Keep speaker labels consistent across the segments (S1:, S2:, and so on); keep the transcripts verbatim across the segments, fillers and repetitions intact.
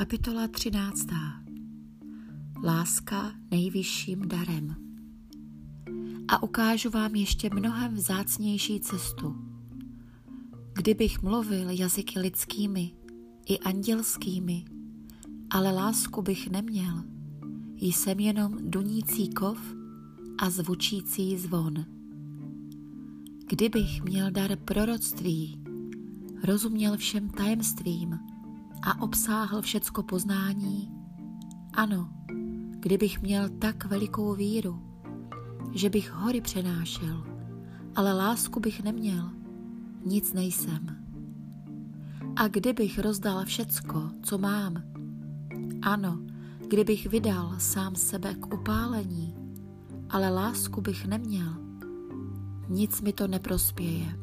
S1: Kapitola třináctá. Láska nejvyšším darem. A ukážu vám ještě mnohem vzácnější cestu. Kdybych mluvil jazyky lidskými i andělskými, ale lásku bych neměl, jsem jenom dunící kov a zvučící zvon. Kdybych měl dar proroctví, rozuměl všem tajemstvím a obsáhl všecko poznání, ano, kdybych měl tak velikou víru, že bych hory přenášel, ale lásku bych neměl, nic nejsem. A kdybych rozdal všecko, co mám, ano, kdybych vydal sám sebe k upálení, ale lásku bych neměl, nic mi to neprospěje.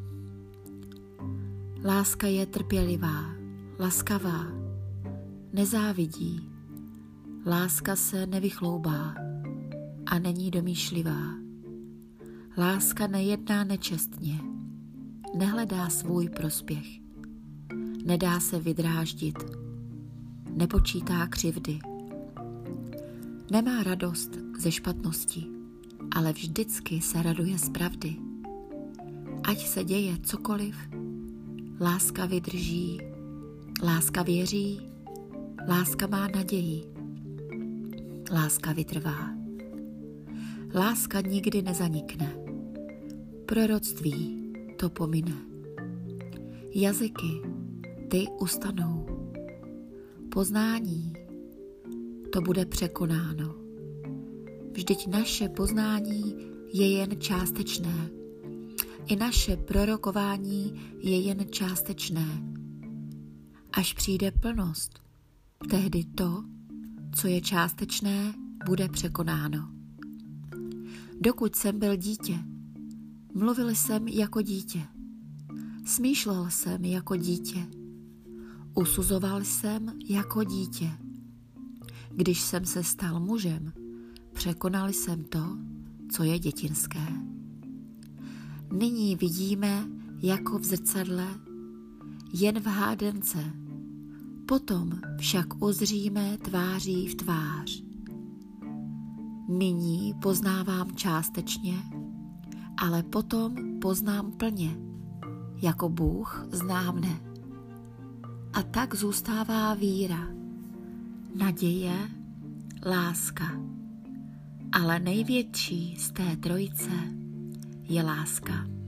S1: Láska je trpělivá, laskavá, nezávidí, láska se nevychloubá a není domýšlivá. Láska nejedná nečestně, nehledá svůj prospěch, nedá se vydráždit, nepočítá křivdy. Nemá radost ze špatnosti, ale vždycky se raduje z pravdy. Ať se děje cokoliv, láska vydrží, láska věří, láska má naději, láska vytrvá. Láska nikdy nezanikne, proroctví to pomine, jazyky ty ustanou, poznání to bude překonáno. Vždyť naše poznání je jen částečné, i naše prorokování je jen částečné. Až přijde plnost, tehdy to, co je částečné, bude překonáno. Dokud jsem byl dítě, mluvil jsem jako dítě, smýšlel jsem jako dítě, usuzoval jsem jako dítě. Když jsem se stal mužem, překonal jsem to, co je dětinské. Nyní vidíme jako v zrcadle, jen v hádence, potom však uzříme tváří v tvář. Nyní poznávám částečně, ale potom poznám plně, jako Bůh zná mne. A tak zůstává víra, naděje, láska. Ale největší z té trojice je láska.